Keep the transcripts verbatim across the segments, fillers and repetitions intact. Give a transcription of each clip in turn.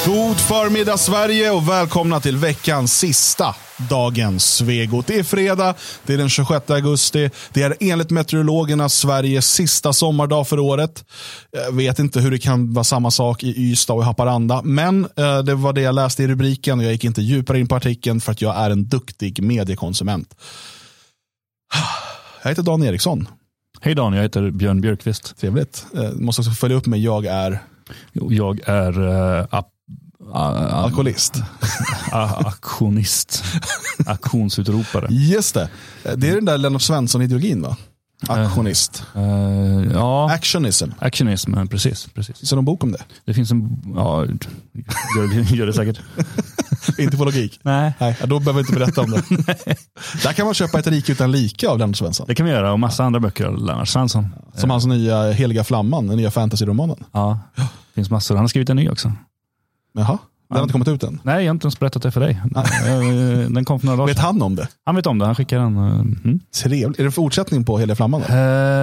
God förmiddag Sverige och välkomna till veckans sista dagens Svegot. Det är fredag, det är den tjugosjätte augusti. Det är enligt meteorologerna Sveriges sista sommardag för året. Jag vet inte hur det kan vara samma sak i Ystad och i Haparanda, men eh, det var det jag läste i rubriken och jag gick inte djupare in på artikeln för att jag är en duktig mediekonsument. Jag heter Dan Eriksson. Hej Dan, jag heter Björn Björkqvist. Trevligt. Eh, måste också följa upp med jag är... Jag är uh, ap- uh, alkoholist. uh, aktionist. Aktionsutropare. Just det. Det är den där Lennart Svensson-ideologin, va? Aktionist. Uh, uh, ja. Actionism. Actionism, precis. precis. Finns det någon bok om det? Det finns en... Ja, gör, gör det säkert. Inte på logik? Nej. Nej, då behöver vi inte berätta om det. Där kan man köpa Ett rike utan like av Lennart Svensson. Det kan vi göra, och massa andra böcker av Lennart Svensson. Som hans nya Heliga Flamman, den nya fantasy-romanen. Ja, det finns massor. Han har skrivit en ny också. Jaha, den har inte kommit ut än? Nej, jag har inte ens berättat det för dig. Den kom för några dagar sedan. Vet han om det? Han vet om det, han skickar den. Mm. Trevligt. Är det fortsättning på Heliga Flamman? Uh,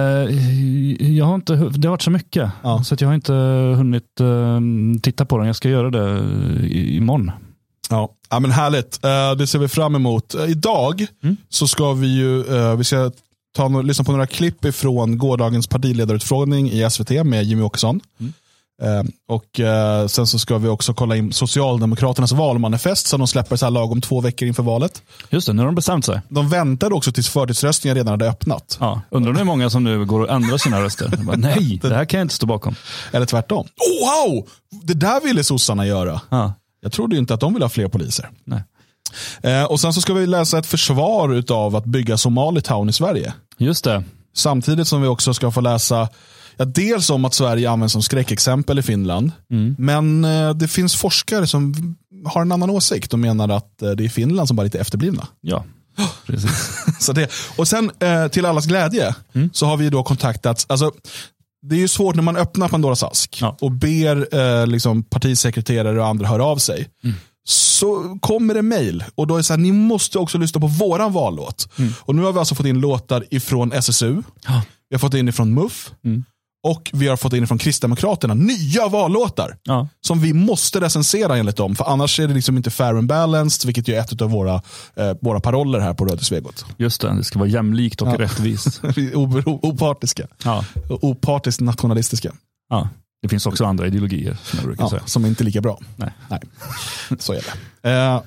jag har inte, det har varit så mycket. Ja. Så att jag har inte hunnit uh, titta på den. Jag ska göra det i, imorgon. Ja. Ja, men härligt. Uh, det ser vi fram emot. Uh, idag mm. så ska vi ju uh, vi ska ta no- lyssna på några klipp ifrån gårdagens partiledarutfrågning i S V T med Jimmie Åkesson. Mm. Uh, och uh, sen så ska vi också kolla in Socialdemokraternas valmanifest som de släpper så här lagom två veckor inför valet. Just det, nu har de bestämt sig. De väntade också tills förtidsröstningar redan hade öppnat. Ja, undrar om det är många som nu går och ändrar sina röster. Bara, nej, det här kan jag inte stå bakom. Eller tvärtom. Oh, wow! Det där ville sossarna göra. Ja. Jag trodde ju inte att de ville ha fler poliser. Nej. Eh, och sen så ska vi läsa ett försvar utav att bygga Somalitown i Sverige. Just det. Samtidigt som vi också ska få läsa ja, dels om att Sverige används som skräckexempel i Finland. Mm. Men eh, det finns forskare som har en annan åsikt och menar att eh, det är Finland som bara är lite efterblivna. Ja, precis. så det, och sen eh, till allas glädje mm. så har vi då kontaktats, alltså det är ju svårt när man öppnar Pandoras ask ja. och ber eh, liksom partisekreterare och andra höra av sig. Mm. Så kommer det mejl och då är det så här, ni måste också lyssna på våran vallåt. Mm. Och nu har vi alltså fått in låtar ifrån S S U. Ja. Vi har fått in ifrån M U F. Mm. Och vi har fått in ifrån Kristdemokraterna nya vallåtar ja. som vi måste recensera enligt dem. För annars är det liksom inte fair and balanced, vilket ju är ett av våra, eh, våra paroller här på Röde Svegot. Just det, det ska vara jämlikt och ja. rättvist. Opartiska. Ja. Opartiskt nationalistiska. Ja. Det finns också andra ideologier som jag brukar ja, säga. Som är inte lika bra. Nej. Nej. Så är det. Eh,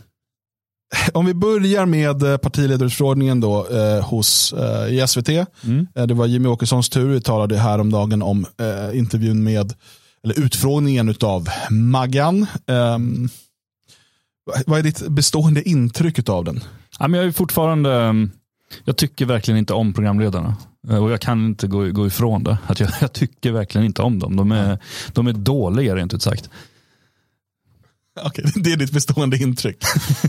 om vi börjar med partiledarutfrågningen då eh, hos eh, i S V T. Mm. Eh, det var Jimmie Åkessons tur. Vi talade här om dagen om eh, intervjun med eller utfrågningen utav Maggan. Eh, vad är ditt bestående intryck av den? Ja, men jag är fortfarande jag tycker verkligen inte om programledarna. Och jag kan inte gå, gå ifrån det. Att jag, jag tycker verkligen inte om dem. De är, mm. de är dåliga rent ut sagt. Okej, det är ditt bestående intryck.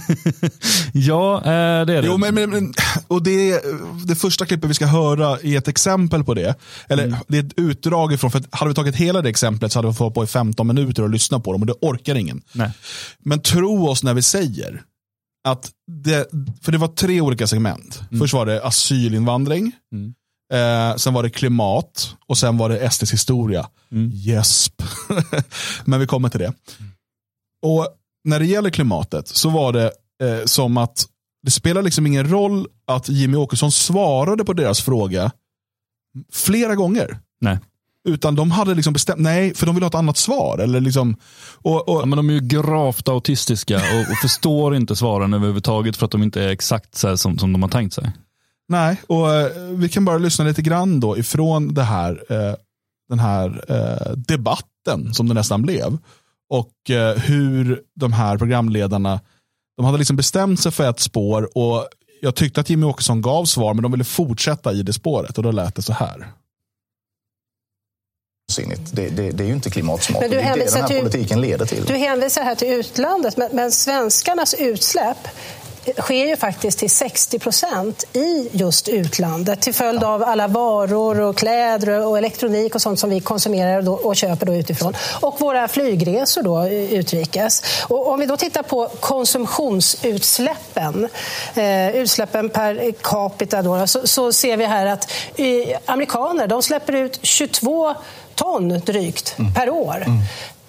Ja, det är det. Jo, men, men, och det, det första klippet vi ska höra är ett exempel på det. Eller mm. det är ett utdrag ifrån, för att hade vi tagit hela det exemplet så hade vi fått på i femton minuter och lyssna på dem och det orkar ingen. Nej. Men tro oss när vi säger att det, för det var tre olika segment. Mm. Först var det asylinvandring. Mm. Eh, sen var det klimat och sen var det S D:s historia. Mm. Jesp. Men vi kommer till det. Mm. Och när det gäller klimatet så var det eh, som att det spelar liksom ingen roll att Jimmie Åkesson svarade på deras fråga flera gånger. Nej. Utan de hade liksom bestämt, nej, för de vill ha ett annat svar. Eller liksom, och, och, ja, men de är ju gravt autistiska och, och förstår inte svaren överhuvudtaget för att de inte är exakt så här som, som de har tänkt sig. Nej, och eh, vi kan bara lyssna lite grann då ifrån det här, eh, den här eh, debatten som det nästan blev. Och eh, hur de här programledarna, de hade liksom bestämt sig för ett spår och jag tyckte att Jimmie Åkesson gav svar men de ville fortsätta i det spåret och då lät det så här. Det, det, det är ju inte klimatsmart. Men du det är det den här till, politiken leder till. Du hänvisar här till utlandet, men, men svenskarnas utsläpp sker ju faktiskt till sextio procent i just utlandet till följd av alla varor och kläder och elektronik och sånt som vi konsumerar då, och köper då utifrån. Och våra flygresor då utrikes. Och om vi då tittar på konsumtionsutsläppen, eh, utsläppen per capita då, så, så ser vi här att eh, amerikaner de släpper ut tjugotvå ton drygt mm. per år. Mm.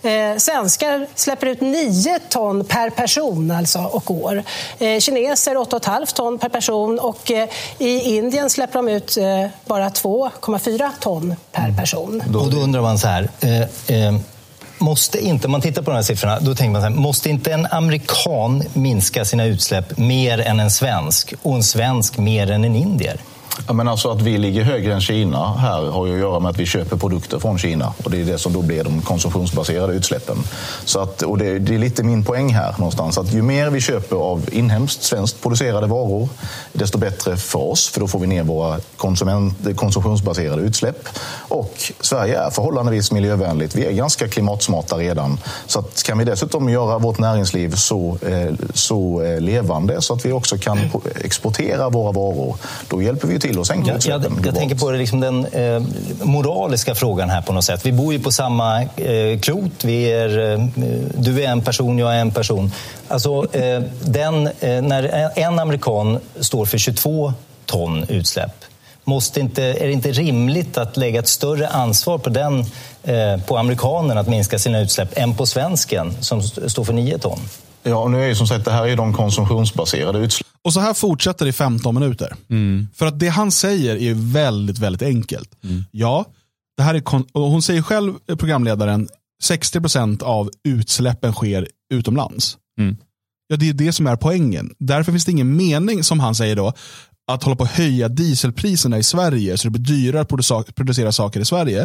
Eh, svenskar släpper ut nio ton per person alltså, och år. Eh, kineser åtta komma fem ton per person och eh, i Indien släpper de ut eh, bara två komma fyra ton per person. Och då undrar man så här... Eh, eh, Måste inte, om man tittar på de här siffrorna, då tänker man så här, måste inte en amerikan minska sina utsläpp mer än en svensk och en svensk mer än en indier? Ja, men alltså att vi ligger högre än Kina här har ju att göra med att vi köper produkter från Kina. Och det är det som då blir de konsumtionsbaserade utsläppen. Så att, och det, det är lite min poäng här någonstans. Att ju mer vi köper av inhemskt, svenskt producerade varor, desto bättre för oss. För då får vi ner våra konsument, konsumtionsbaserade utsläpp. Och Sverige är förhållandevis miljövänligt. Vi är ganska klimatsmarta redan. Så att kan vi dessutom göra vårt näringsliv så, eh, så eh, levande så att vi också kan exportera våra varor, då hjälper vi till att sänka utsläppen. Jag, jag tänker på det, liksom den eh, moraliska frågan här på något sätt. Vi bor ju på samma eh, klot. Vi är, eh, du är en person, jag är en person. Alltså, eh, den, eh, när en amerikan står för tjugotvå ton utsläpp, måste inte, är det inte rimligt att lägga ett större ansvar på, den, eh, på amerikanen att minska sina utsläpp än på svensken som står för nio ton? Ja, och nu är ju som sagt det här är de konsumtionsbaserade utsläpp. Och så här fortsätter det i femton minuter. Mm. För att det han säger är väldigt, väldigt enkelt. Mm. Ja, det här är kon- och hon säger själv, programledaren, sextio procent av utsläppen sker utomlands. Mm. Ja, det är det som är poängen. Därför finns det ingen mening, som han säger då, att hålla på att höja dieselpriserna i Sverige så det blir dyrare att producera saker i Sverige.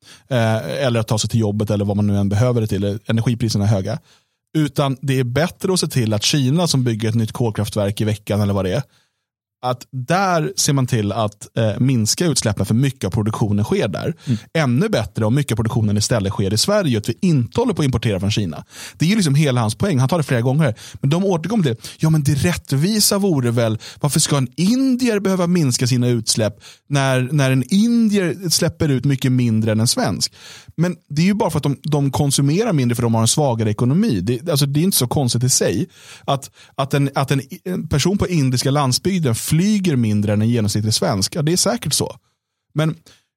Eh, eller att ta sig till jobbet eller vad man nu än behöver det till. Energipriserna är höga. Utan det är bättre att se till att Kina som bygger ett nytt kolkraftverk i veckan eller vad det är, att där ser man till att eh, minska utsläppen för mycket av produktionen sker där. Mm. Ännu bättre om mycket av produktionen istället sker i Sverige och att vi inte håller på att importera från Kina. Det är ju liksom hela hans poäng. Han tar det flera gånger. Men de återkommer till det. Ja, men det rättvisa vore väl, varför ska en indier behöva minska sina utsläpp när, när en indier släpper ut mycket mindre än en svensk? Men det är ju bara för att de, de konsumerar mindre för de har en svagare ekonomi. Det, alltså det är inte så konstigt i sig. Att, att, en, att en, en person på indiska landsbygden flyger mindre än en genomsnittlig svensk. Ja, det är säkert så. Men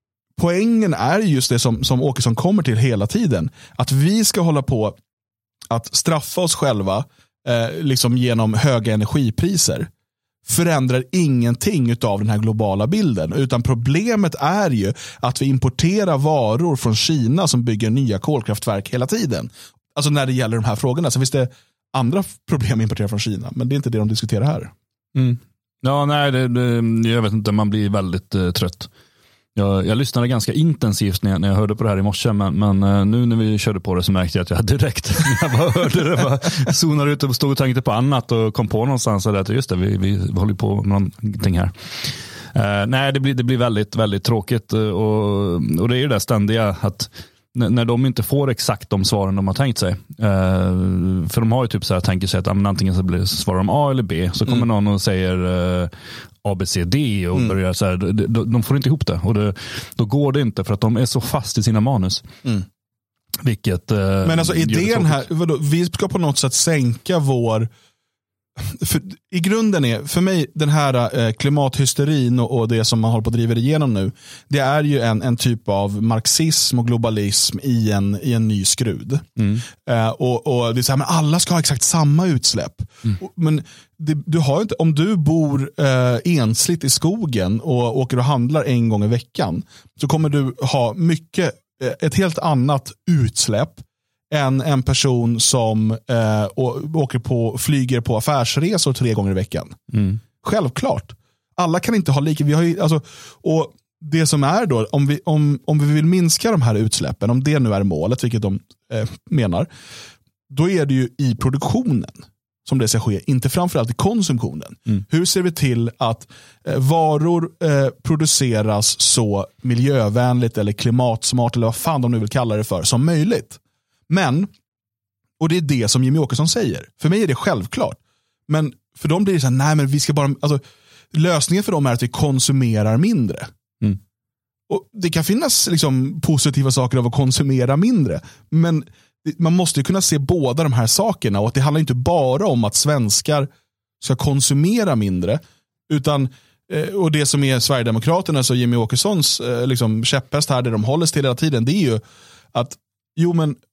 poängen är just det som, som Åkesson kommer till hela tiden. Att vi ska hålla på att straffa oss själva eh, liksom genom höga energipriser förändrar ingenting av den här globala bilden. Utan problemet är ju att vi importerar varor från Kina som bygger nya kolkraftverk hela tiden. Alltså när det gäller de här frågorna. Så finns det andra problem att importera från Kina. Men det är inte det de diskuterar här. Mm. Ja, nej, det, det, jag vet inte, man blir väldigt uh, trött. Jag, jag lyssnade ganska intensivt när jag, när jag hörde på det här i morse, men, men uh, nu när vi körde på det så märkte jag att jag direkt, när jag bara hörde det, bara zonade ut och stod och tänkte på annat och kom på någonstans att just det, vi, vi, vi håller på med någonting här. Uh, nej, det blir, det blir väldigt, väldigt tråkigt uh, och, och det är ju det ständiga att när de inte får exakt de svaren de har tänkt sig. Uh, för de har ju typ så här tänker sig att antingen så blir, svarar de A eller B, så kommer mm. någon och säger uh, A, B, C, D och mm. börjar så här, de, de får inte ihop det och det, då går det inte för att de är så fast i sina manus. Mm. Vilket uh, Men alltså idén här, vadå, vi ska på något sätt sänka vår för, i grunden är, för mig, den här eh, klimathysterin och, och det som man håller på att driva igenom nu, det är ju en, en typ av marxism och globalism i en, i en ny skrud. Mm. Eh, och, och det är så här, men alla ska ha exakt samma utsläpp. Mm. Men det, du har inte, om du bor eh, ensligt i skogen och åker och handlar en gång i veckan, så kommer du ha mycket, eh, ett helt annat utsläpp än en person som eh, åker på, flyger på affärsresor tre gånger i veckan. Mm. Självklart. Alla kan inte ha lika. Vi har ju, alltså, och det som är då, om vi, om, om vi vill minska de här utsläppen, om det nu är målet, vilket de eh, menar, då är det ju i produktionen som det ska ske, inte framförallt i konsumtionen. Mm. Hur ser vi till att eh, varor eh, produceras så miljövänligt eller klimatsmart eller vad fan de nu vill kalla det för, som möjligt? Men, och det är det som Jimmy Åkesson säger. För mig är det självklart. Men för dem blir det så här, nej men vi ska bara, alltså, lösningen för dem är att vi konsumerar mindre. Mm. Och det kan finnas liksom positiva saker av att konsumera mindre. Men man måste ju kunna se båda de här sakerna, och att det handlar inte bara om att svenskar ska konsumera mindre, utan, och det som är Sverigedemokraternas och Jimmy Åkessons liksom käpphäst här, det de håller till hela tiden, det är ju att jo men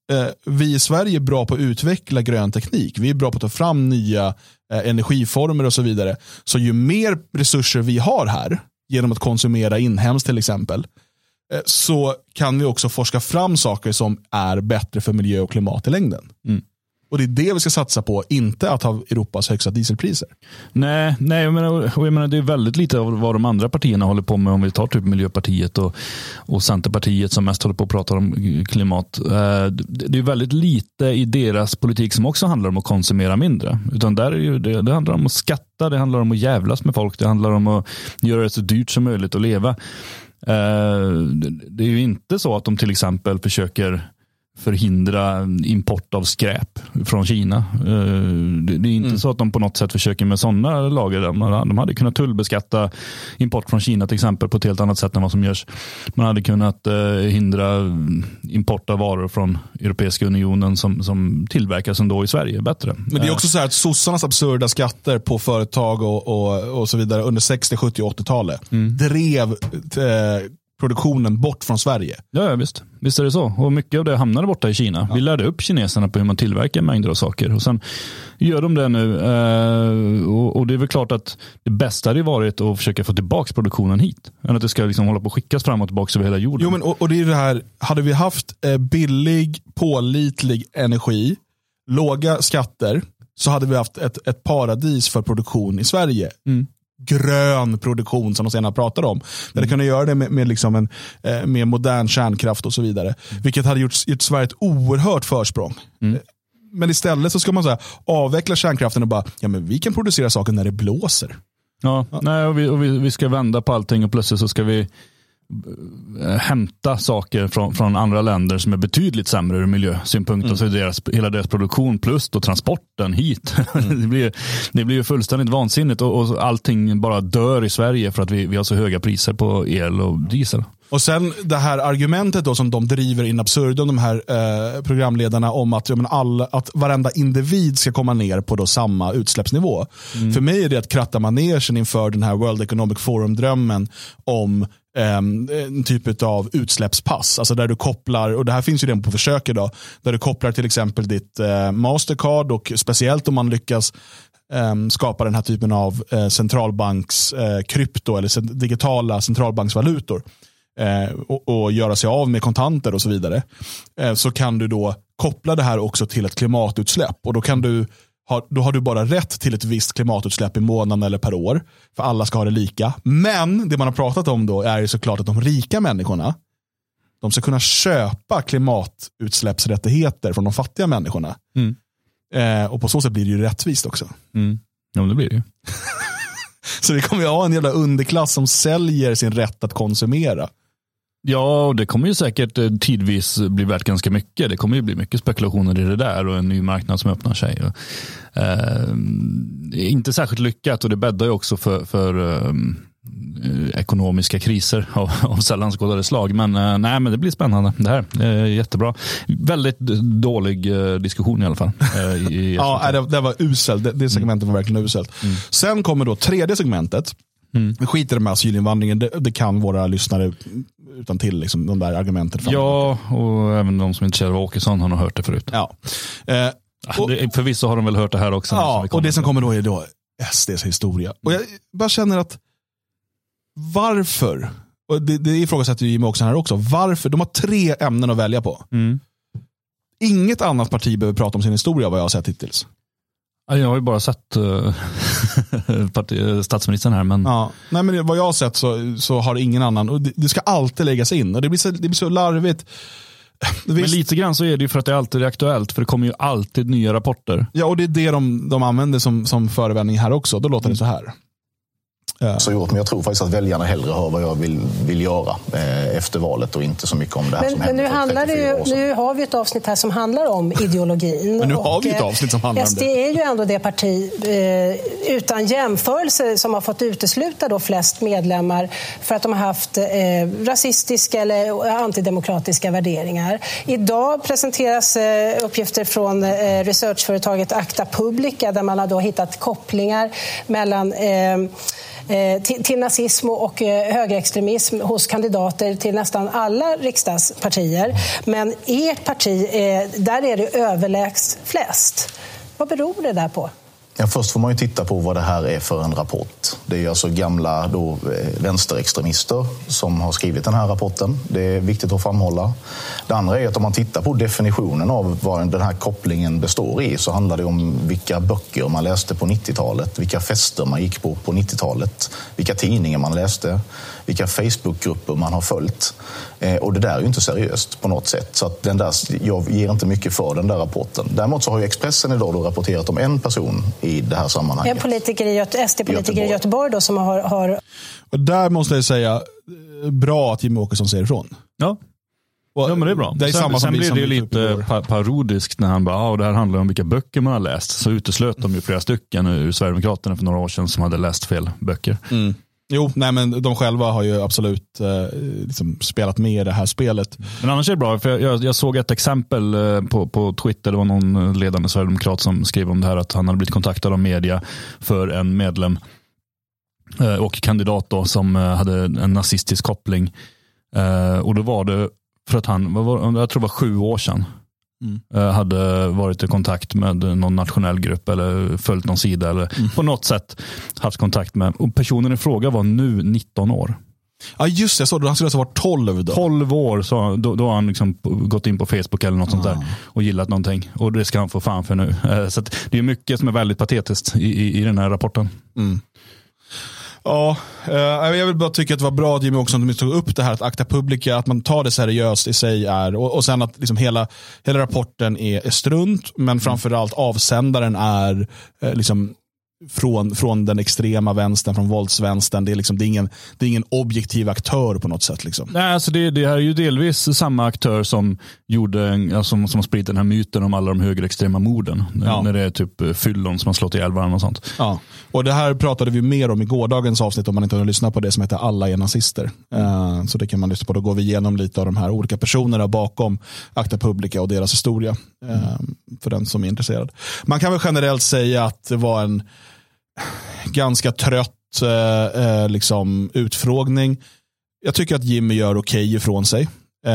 eh, vi i Sverige är bra på att utveckla grön teknik. Vi är bra på att ta fram nya eh, energiformer och så vidare. Så ju mer resurser vi har här, genom att konsumera inhemskt till exempel, eh, så kan vi också forska fram saker som är bättre för miljö och klimat i längden. Mm. Och det är det vi ska satsa på, inte att ha Europas högsta dieselpriser. Nej, nej jag menar, och jag menar, det är väldigt lite av vad de andra partierna håller på med, om vi tar typ Miljöpartiet och, och Centerpartiet som mest håller på att prata om klimat. Det är väldigt lite i deras politik som också handlar om att konsumera mindre. Utan där är ju det, det handlar om att skatta, det handlar om att jävlas med folk, det handlar om att göra det så dyrt som möjligt att leva. Det är ju inte så att de till exempel försöker förhindra import av skräp från Kina. Det är inte mm. så att de på något sätt försöker med sådana lager. De hade kunnat tullbeskatta import från Kina till exempel på ett helt annat sätt än vad som görs. Man hade kunnat hindra import av varor från Europeiska unionen som, som tillverkas ändå i Sverige bättre. Men det är också så här att sossarnas absurda skatter på företag och, och, och så vidare under sextio, sjuttio, åttio-talet mm. drev eh, produktionen bort från Sverige. Ja, ja visst. Visst är det så. Och mycket av det hamnade borta i Kina. Ja. Vi lärde upp kineserna på hur man tillverkar mängder av saker. Och sen gör de det nu. Eh, och, och det är väl klart att det bästa hade varit att försöka få tillbaka produktionen hit. Än att det ska liksom hålla på att skickas fram och tillbaka över hela jorden. Jo, men och, och det är det här. Hade vi haft eh, billig, pålitlig energi, låga skatter, så hade vi haft ett, ett paradis för produktion i Sverige. Mm. Grön produktion som de senare pratar om. Där mm. det kunde göra det med, med, liksom en, eh, med modern kärnkraft och så vidare. Mm. Vilket hade gjort, gjort Sverige ett oerhört försprång. Mm. Men istället så ska man säga avveckla kärnkraften och bara, ja men vi kan producera saker när det blåser. Ja, ja. Nej, och vi, och vi, vi ska vända på allting och plötsligt så ska vi hämta saker från, från andra länder som är betydligt sämre ur miljösynpunkt mm. och så är deras, hela deras produktion plus då transporten hit. Mm. det, blir, det blir ju fullständigt vansinnigt och, och allting bara dör i Sverige för att vi, vi har så höga priser på el och diesel. Och sen det här argumentet då som de driver in absurdum, de här eh, programledarna om att, ja, men alla, att varenda individ ska komma ner på då samma utsläppsnivå. Mm. För mig är det att kratta manegen inför den här World Economic Forum-drömmen om en typ av utsläppspass, alltså där du kopplar, och det här finns ju redan på försök idag, där du kopplar till exempel ditt eh, Mastercard, och speciellt om man lyckas eh, skapa den här typen av eh, centralbanks eh, krypto eller digitala centralbanksvalutor eh, och, och göra sig av med kontanter och så vidare, eh, så kan du då koppla det här också till ett klimatutsläpp, och då kan du Har, då har du bara rätt till ett visst klimatutsläpp i månaden eller per år. För alla ska ha det lika. Men det man har pratat om då är ju såklart att de rika människorna, de ska kunna köpa klimatutsläppsrättigheter från de fattiga människorna. Mm. Eh, och på så sätt blir det ju rättvist också. Mm. Ja, det blir det ju. Så vi kommer ju ha en jävla underklass som säljer sin rätt att konsumera. Ja, och det kommer ju säkert tidvis bli värt ganska mycket. Det kommer ju bli mycket spekulationer i det där och en ny marknad som öppnar sig. Och, eh, inte särskilt lyckat, och det bäddar ju också för, för eh, ekonomiska kriser av, av sällan skådade slag. Men eh, nej, men det blir spännande. Det här är jättebra. Väldigt dålig eh, diskussion i alla fall. Eh, i, ja, det, det var uselt. Det, det segmentet var verkligen uselt. Mm. Sen kommer då tredje segmentet. Mm. Vi skiter med asylinvandringen. Det, det kan våra lyssnare utan till liksom, de där argumenten. Ja, och även de som inte känner Åkesson har nog hört det förut. Ja. Eh, och, det, förvisso har de väl hört det här också. Ja, och det som kommer då är då S D:s historia. Och jag bara känner att varför, och det, det ifrågasätter Jimmie också här också, varför, de har tre ämnen att välja på. Mm. Inget annat parti behöver prata om sin historia vad jag har sett hittills. Jag har ju bara sett uh, statsministern här. Men... Ja, nej, men vad jag har sett så, så har ingen annan. Och det, det ska alltid läggas in. Och det blir så, det blir så larvigt. Men visst... lite grann så är det ju för att det alltid är aktuellt. För det kommer ju alltid nya rapporter. Ja, och det är det de, de använder som, som förevändning här också. Då låter det så här. Så gjort, men jag tror faktiskt att väljarna hellre hör vad jag vill, vill göra eh, efter valet och inte så mycket om det här men, som men hände nu handlar det ju, nu har vi ett avsnitt här som handlar om ideologin. Men nu har vi ett avsnitt som handlar om det. S D är ju ändå det parti eh, utan jämförelse som har fått utesluta då flest medlemmar för att de har haft eh, rasistiska eller antidemokratiska värderingar. Idag presenteras eh, uppgifter från eh, researchföretaget Acta Publica där man har då hittat kopplingar mellan eh, eh, till, till nazism och eh, högerextremism hos kandidater till nästan alla riksdagspartier. Men ert parti, eh, där är det överlägset flest. Vad beror det där på? Ja, först får man ju titta på vad det här är för en rapport. Det är alltså gamla då, vänsterextremister som har skrivit den här rapporten. Det är viktigt att framhålla. Det andra är att om man tittar på definitionen av vad den här kopplingen består i, så handlar det om vilka böcker man läste på nittiotalet, vilka fester man gick på på nittiotalet, vilka tidningar man läste, vilka Facebookgrupper man har följt. Eh, och det där är ju inte seriöst på något sätt. Så att den där, jag ger inte mycket för den där rapporten. Däremot så har ju Expressen idag då rapporterat om en person i det här sammanhanget. En politiker i Göte- S D-politiker Göteborg. i Göteborg då, som har, har... Och där måste jag säga, bra att Jimmie Åkesson säger ifrån. Ja. Ja, men det är bra. Det är sen samma sen blir det ju lite pa- parodiskt när han bara, ah, och det här handlar om vilka böcker man har läst. Så uteslöt de ju flera stycken ur Sverigedemokraterna för några år sedan som hade läst fel böcker. Mm. Jo, nej, men de själva har ju absolut eh, liksom spelat med i det här spelet. Men annars är det bra, för jag, jag, jag såg ett exempel eh, på, på Twitter. Det var någon ledande Sverigedemokrat som skrev om det här, att han hade blivit kontaktad av media för en medlem eh, och kandidat då, som eh, hade en nazistisk koppling. Eh, och då var det för att han, vad var, jag tror det var sju år sedan, Mm. hade varit i kontakt med någon nationell grupp eller följt någon sida eller mm. på något sätt haft kontakt med. Och personen i fråga var nu nitton år. Ja just det, jag såg det. Han skulle alltså vara tolv då. tolv år, så då, då har han liksom gått in på Facebook eller något ah. sånt där och gillat någonting. Och det ska han få fan för nu. Så att det är mycket som är väldigt patetiskt i, i, i den här rapporten. Mm. Ja, jag vill bara tycka att det var bra att Jimmie Åkesson tog upp det här att Acta Publica, att man tar det seriöst i sig är, och, och sen att liksom hela, hela rapporten är, är strunt, men framförallt avsändaren är eh, liksom från, från den extrema vänstern, från våldsvänstern. Det är, liksom, det är, ingen, det är ingen objektiv aktör på något sätt. Liksom. Nej, alltså det, det här är ju delvis samma aktör som gjorde en, alltså, som, som har spridit den här myten om alla de högerextrema morden. Ja. När det är typ fyllon som har slått ihjäl varandra och sånt. Ja. Och det här pratade vi mer om i gårdagens avsnitt, om man inte har lyssnat på det, som heter Alla är nazister. Uh, så det kan man lyssna på. Då går vi igenom lite av de här olika personerna bakom Acta Publica och deras historia. Uh, för den som är intresserad. Man kan väl generellt säga att det var en ganska trött uh, liksom utfrågning. Jag tycker att Jimmy gör okej ifrån sig.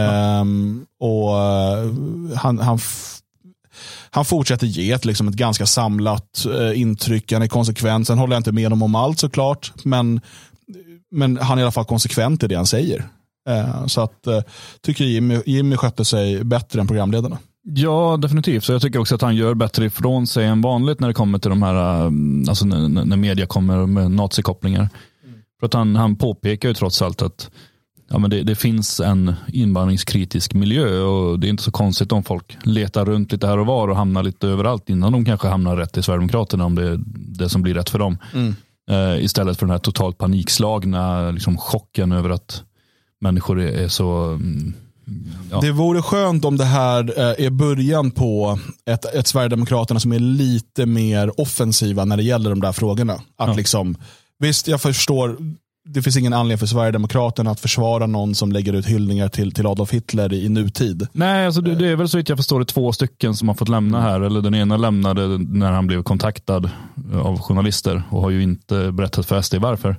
Um, och uh, han, han f- Han fortsätter ge ett, liksom ett ganska samlat eh, intryck. Han är konsekvent. Sen håller jag inte med honom om allt såklart. Men, men han är i alla fall konsekvent i det han säger. Eh, så att eh, tycker Jimmy, Jimmy skötte sig bättre än programledarna. Ja, definitivt. Så jag tycker också att han gör bättre ifrån sig än vanligt när det kommer till de här, alltså när, när media kommer med nazikopplingar. Mm. För att han, han påpekar ju trots allt att ja, men det, det finns en invandringskritisk miljö, och det är inte så konstigt om folk letar runt lite här och var och hamnar lite överallt innan de kanske hamnar rätt i Sverigedemokraterna, om det är det som blir rätt för dem. Mm. Uh, istället för den här totalt panikslagna liksom, chocken över att människor är, är så... Um, ja. Det vore skönt om det här uh, är början på ett, ett Sverigedemokraterna som är lite mer offensiva när det gäller de där frågorna. Att ja. liksom, visst, jag förstår... Det finns ingen anledning för Sverigedemokraterna att försvara någon som lägger ut hyllningar till, till Adolf Hitler i, i nutid. Nej, alltså det, det är väl så att jag förstår det två stycken som har fått lämna här. Eller den ena lämnade när han blev kontaktad av journalister och har ju inte berättat för S D varför.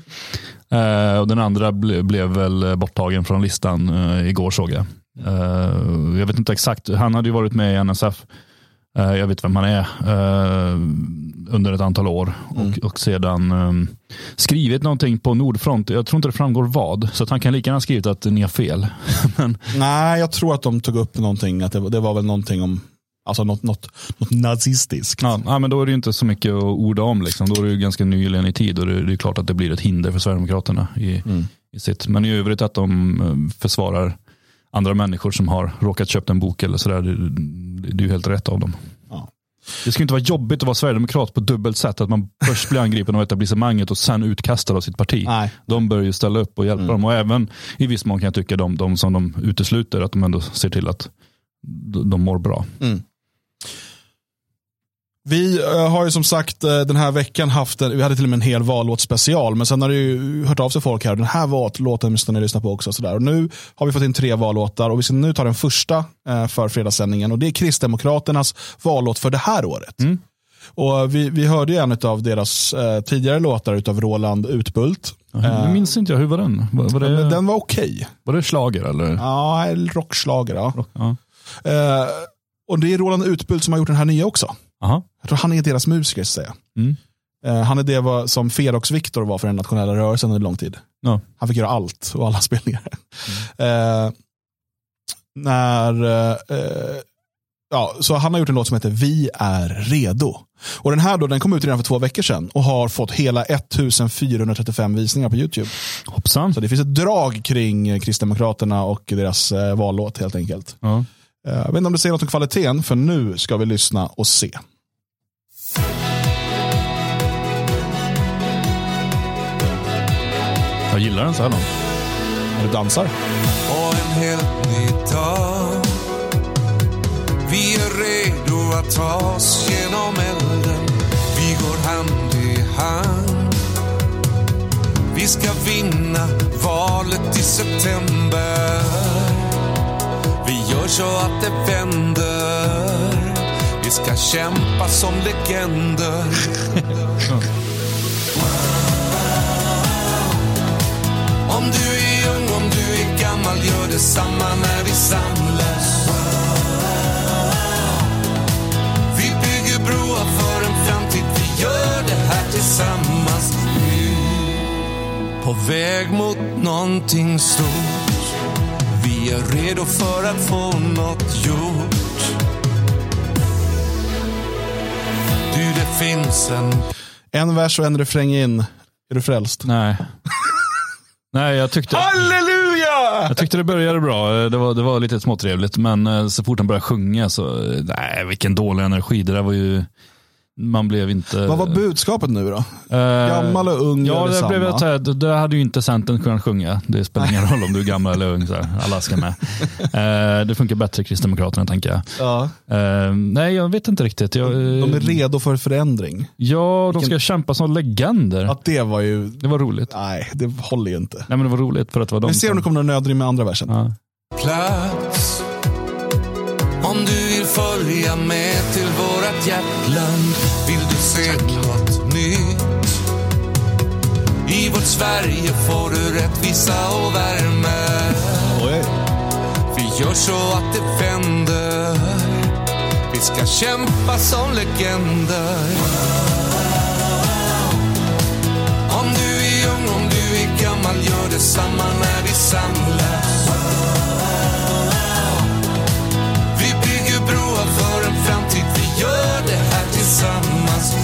Eh, och den andra ble, blev väl borttagen från listan eh, igår, såg jag. Eh, jag vet inte exakt, han hade ju varit med i N S F. Uh, jag vet vem han är uh, under ett antal år och, mm. och sedan um, skrivit någonting på Nordfront. Jag tror inte det framgår vad, så att han kan lika gärna skrivit att ni har fel. Men... Nej, jag tror att de tog upp någonting, att det, det var väl någonting om alltså något, något, något nazistiskt. Ja, ja, men då är det ju inte så mycket att orda om liksom. Då är det ju ganska nyligen i tid, och det är, det är klart att det blir ett hinder för Sverigedemokraterna i, mm. i sitt. Men i övrigt att de försvarar andra människor som har råkat köpt en bok eller sådär, det, det är ju helt rätt av dem. Ja. Det ska inte vara jobbigt att vara sverigedemokrat på dubbelt sätt, att man först blir angripen av etablissemanget och sen utkastad av sitt parti. Nej. De bör ju ställa upp och hjälpa mm. dem, och även i viss mån kan jag tycka de, de som de utesluter, att de ändå ser till att de mår bra. Mm. Vi har ju som sagt den här veckan haft en, vi hade till och med en hel vallåt special, men sen har det ju hört av sig folk här, den här vallåten måste ni lyssna på också. Så där. Och nu har vi fått in tre vallåtar, och vi ska nu ta den första för fredagssändningen, och det är Kristdemokraternas vallåt för det här året. Mm. Och vi, vi hörde ju en av deras eh, tidigare låtar utav Roland Utbult. Jag minns inte jag, hur var den? Var, var det, men den var okej. Okay. Var det slager eller? Ja, rockslager. Ja. Rock, ja. Eh, och det är Roland Utbult som har gjort den här nya också. Aha. Jag tror han är deras musiker, så att säga. Mm. Eh, han är det vad, som Ferox Victor var för den nationella rörelsen under lång tid. Ja. Han fick göra allt och alla spelningar. Mm. Eh, när... Eh, ja, så han har gjort en låt som heter Vi är redo. Och den här då, den kom ut redan för två veckor sedan och har fått hela fjortonhundratrettiofem visningar på YouTube. Hoppsan. Så det finns ett drag kring Kristdemokraterna och deras eh, vallåt helt enkelt. Ja. Eh, jag vet inte om du ser något om kvaliteten, för nu ska vi lyssna och se. Jag gillar den så här långt. Du dansar. Och en helt ny dag. Vi är redo att ta oss genom elden. Vi går hand i hand. Vi ska vinna valet i september. Vi gör så att det vänder. Vi ska kämpa som legender. Om du är ung, om du är gammal, gör detsamma när vi samlas. Vi bygger broar för en framtid, vi gör det här tillsammans. Nu på väg mot någonting stort. Vi är redo för att få något gjort. Du, det finns en... En vers och en refräng in. Är du frälst? Nej. Nej, jag tyckte... Halleluja! Jag tyckte det började bra. Det var, det var lite småtrevligt. Men så fort han började sjunga så... Nej, vilken dålig energi. Det där var ju... Man blev inte... Vad var budskapet nu då? Uh, gammal och ung. Ja, det blev ett här. Det hade ju inte Centern kunnat sjunga. Det spelar ingen roll om du är gammal eller ung. Så här. Alla ska med. uh, det funkar bättre i Kristdemokraterna, tänker jag. Ja. Uh, nej, jag vet inte riktigt. Jag, uh, de är redo för förändring. Ja, de ska Vilken... kämpa som legender. Att det var ju... Det var roligt. Nej, det håller ju inte. Nej, men det var roligt för att det var de. Vi ser om det kommer någon nödrim med andra versen. Ja. Plats. Om du vill följa med till vårat hjärtland, vill du se något nytt. I vårt Sverige får du rättvisa och värme. Oj. Vi gör så att det vänder. Vi ska kämpa som legender. Om du är ung, om du är gammal, gör detsamma när vi samlas. Broar för en framtid, vi gör det här tillsammans.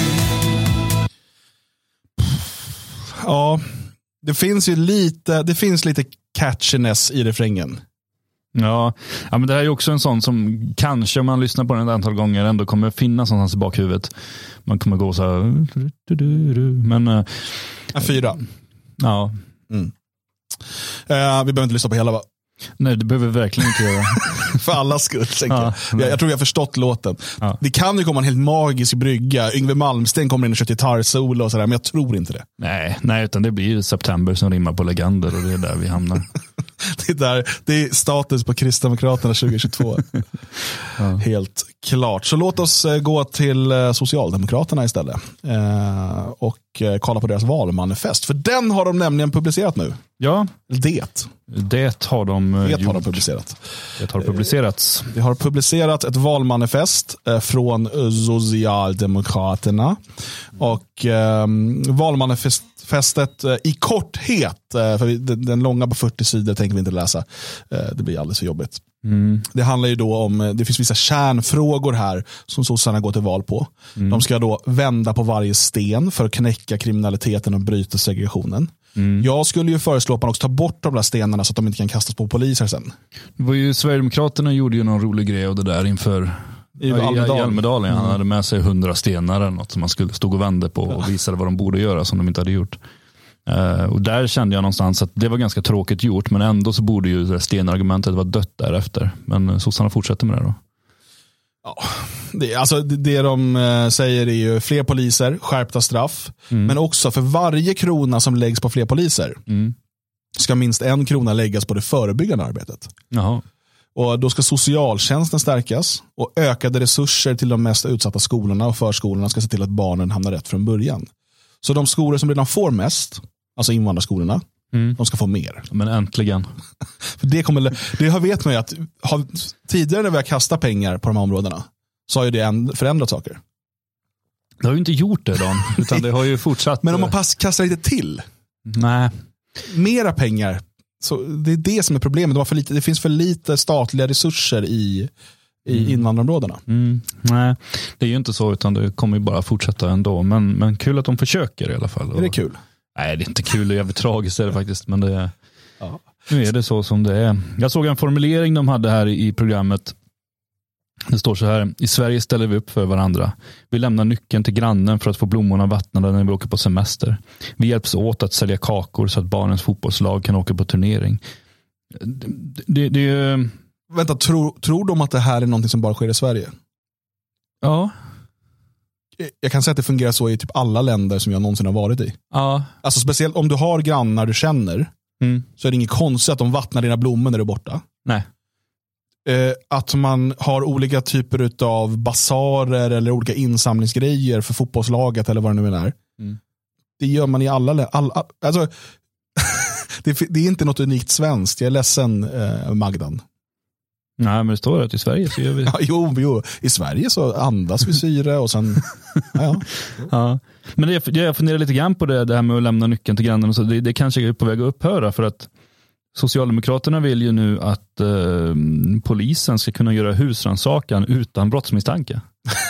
Ja, det finns ju lite, det finns lite catchiness i refrängen. Ja, ja, men det här är också en sån som kanske om man lyssnar på den ett antal gånger ändå kommer finnas någonstans i bakhuvudet. Man kommer gå så här, men uh, fyra. Ja. Mm. Uh, vi behöver inte lyssna på hela, va? Nej, det behöver vi verkligen inte göra. För alla skull, tänker ja, jag. jag. Jag tror vi har förstått låten. Ja. Det kan ju komma en helt magisk brygga. Yngve Malmsten kommer in och kör gitarrsolo och sådär, men jag tror inte det. Nej, nej, utan det blir september som rimmar på legender och det är där vi hamnar. det, är där, det är status på Kristdemokraterna tjugohundratjugotvå. Ja. Helt klart. Så låt oss gå till Socialdemokraterna istället. Eh, och kolla på deras valmanifest. För den har de nämligen publicerat nu. Ja. Det. Det har de Det gjort. har de publicerat. Det har publicerats. Det har publicerat ett valmanifest från Socialdemokraterna. Och eh, valmanifestet eh, i korthet, eh, för vi, den, den långa på fyrtio sidor tänker vi inte läsa. Eh, det blir alldeles för jobbigt. Mm. Det handlar ju då om, det finns vissa kärnfrågor här som sossarna går till val på. Mm. De ska då vända på varje sten för att knäcka kriminaliteten och bryta segregationen. Mm. Jag skulle ju föreslå att man också tar bort de där stenarna så att de inte kan kastas på poliser sen. Det var ju, Sverigedemokraterna gjorde ju någon rolig grej av det där inför i Almedalen. I Almedalen. Han mm. hade med sig hundra stenar eller något som man skulle stod och vände på och visade vad de borde göra som de inte hade gjort. Uh, och där kände jag någonstans att det var ganska tråkigt gjort, men ändå så borde ju det stenargumentet vara dött därefter. Men sossarna fortsätter med det då. Ja, det, alltså det, det de uh, säger är ju fler poliser, skärpta straff, mm. men också för varje krona som läggs på fler poliser mm. ska minst en krona läggas på det förebyggande arbetet. Jaha. Och då ska socialtjänsten stärkas och ökade resurser till de mest utsatta skolorna och förskolorna ska se till att barnen hamnar rätt från början. Så de skolor som redan får mest, alltså invandrarskolorna, mm. de ska få mer. Men äntligen. För det, kommer, det vet man ju att har, tidigare när vi har kastat pengar på de här områdena så har ju det förändrat saker. Det har ju inte gjort det då, utan det har ju fortsatt. Men om man pass, kastar lite till. Nej. Mera pengar. Så det är det som är problemet. De har för lite, det finns för lite statliga resurser i, i mm. invandrarområdena. Mm. Nej, det är ju inte så, utan det kommer ju bara fortsätta ändå. Men, men kul att de försöker i alla fall. Är det kul? Nej, det är inte kul. Det är jävligt tragiskt är det faktiskt. Men det, ja. Nu är det så som det är. Jag såg en formulering de hade här i programmet. Det står så här: i Sverige ställer vi upp för varandra. Vi lämnar nyckeln till grannen för att få blommorna vattnade när vi åker på semester. Vi hjälps åt att sälja kakor så att barnens fotbollslag kan åka på turnering. Det, det, det... Vänta, tror, tror de att det här är någonting som bara sker i Sverige? Ja. Jag kan säga att det fungerar så i typ alla länder som jag någonsin har varit i. Ja. Alltså speciellt om du har grannar du känner mm. så är det inget konstigt att de vattnar dina blommor när du är borta. Nej. Att man har olika typer av basarer eller olika insamlingsgrejer för fotbollslaget eller vad det nu är. Mm. Det gör man i alla, alla alltså, det, det är inte något unikt svenskt. Jag är ledsen, eh, Magdan. Nej, men det står att i Sverige så gör vi ja, jo, jo, i Sverige så andas vi syre och sen ja. Ja. Men det, jag funderar lite grann på det, det här med att lämna nyckeln till grannen och så, det, det kanske är på väg att upphöra för att Socialdemokraterna vill ju nu att eh, polisen ska kunna göra husrannsakan utan brottsmisstanke.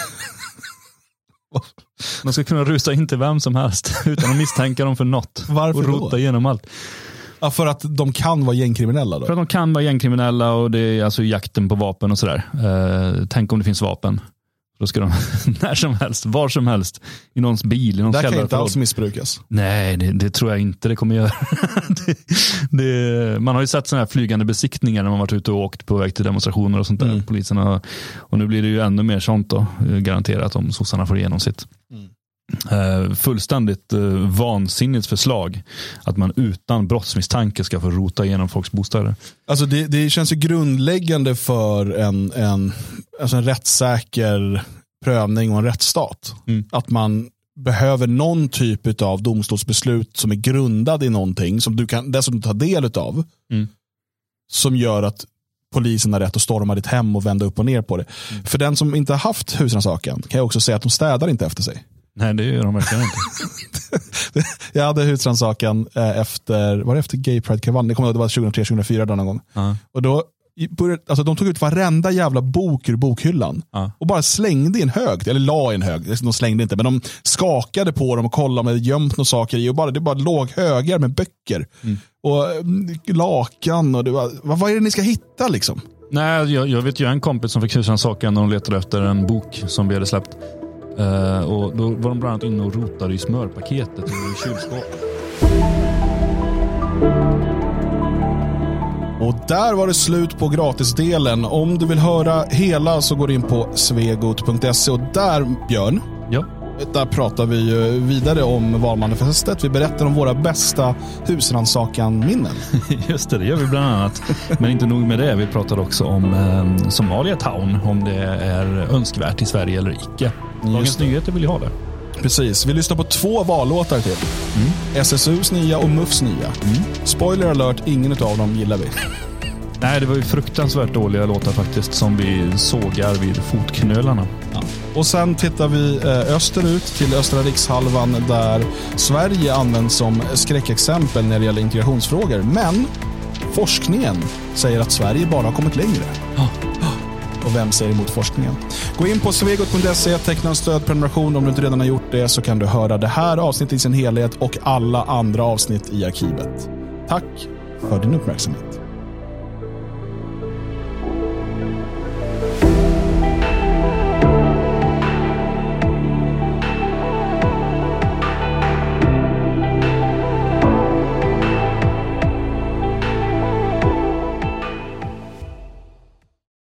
De ska kunna rusa in till vem som helst utan att misstänka dem för något. Varför och rota då? Igenom allt. Ja, för att de kan vara gängkriminella då? För att de kan vara gängkriminella och det är alltså jakten på vapen och sådär. Eh, tänk om det finns vapen. Då ska de när som helst, var som helst, i någons bil, i någons källarförråd. Det kan inte alls förråd. Missbrukas. Nej, det, det tror jag inte det kommer göra. det, det, man har ju sett sådana här flygande besiktningar när man varit ute och åkt på väg till demonstrationer och sånt där. Mm. Poliserna, och nu blir det ju ännu mer sånt då, garanterat om sossarna får igenom sitt. Mm. Uh, fullständigt uh, vansinnigt förslag att man utan brottsmisstanke ska få rota igenom folks bostäder. Alltså det, det känns ju grundläggande för en, en, alltså en rättssäker prövning och en rättsstat. Mm. Att man behöver någon typ av domstolsbeslut som är grundad i någonting som du kan dessutom ta del av mm. som gör att polisen har rätt att storma ditt hem och vända upp och ner på det. Mm. För den som inte har haft husrannsakan kan jag också säga att de städar inte efter sig. Nej, det gör de verkligen inte. Jag hade husrannsakan efter, var det efter Gay Pride-kravallen? Det kommer det var tjugohundratre tjugohundrafyra denna gång. Uh. Och då började, alltså de tog ut varenda jävla bok ur bokhyllan uh. och bara slängde i en hög, eller la i en hög. De slängde inte, men de skakade på dem och kollade om det gömt några saker i och bara, det bara låg högar med böcker mm. och lakan och det var, vad, vad är det ni ska hitta liksom? Nej, jag, jag vet ju en kompis som fick husrannsakan när de letade efter en bok som vi hade släppt. Uh, och då var de bland annat inne och rotade i smörpaketet i kylskåpet. Och där var det slut på gratisdelen. Om du vill höra hela så går in på svegot punkt se och där, Björn, ja. där pratar vi vidare om valmanifestet. Vi berättar om våra bästa husrannsakan-minnen. Just det, det gör vi bland annat. Men inte nog med det, vi pratar också om eh, Somalia Town, om det är önskvärt i Sverige eller icke. Dagens Nyheter vill ju ha det. Precis, vi lyssnar på två vallåtar till. Mm. S S U:s nya och M U F:s nya. Mm. Spoiler alert, ingen av dem gillar vi. Nej, det var ju fruktansvärt dåliga låtar faktiskt som vi sågar vid fotknölarna. Ja. Och sen tittar vi eh, österut till östra rikshalvan där Sverige används som skräckexempel när det gäller integrationsfrågor. Men forskningen säger att Sverige bara har kommit längre. Oh. Och vem säger emot forskningen? Gå in på svegot punkt se, teckna en stödprenumeration om du inte redan har gjort det, så kan du höra det här avsnittet i sin helhet och alla andra avsnitt i arkivet. Tack för din uppmärksamhet.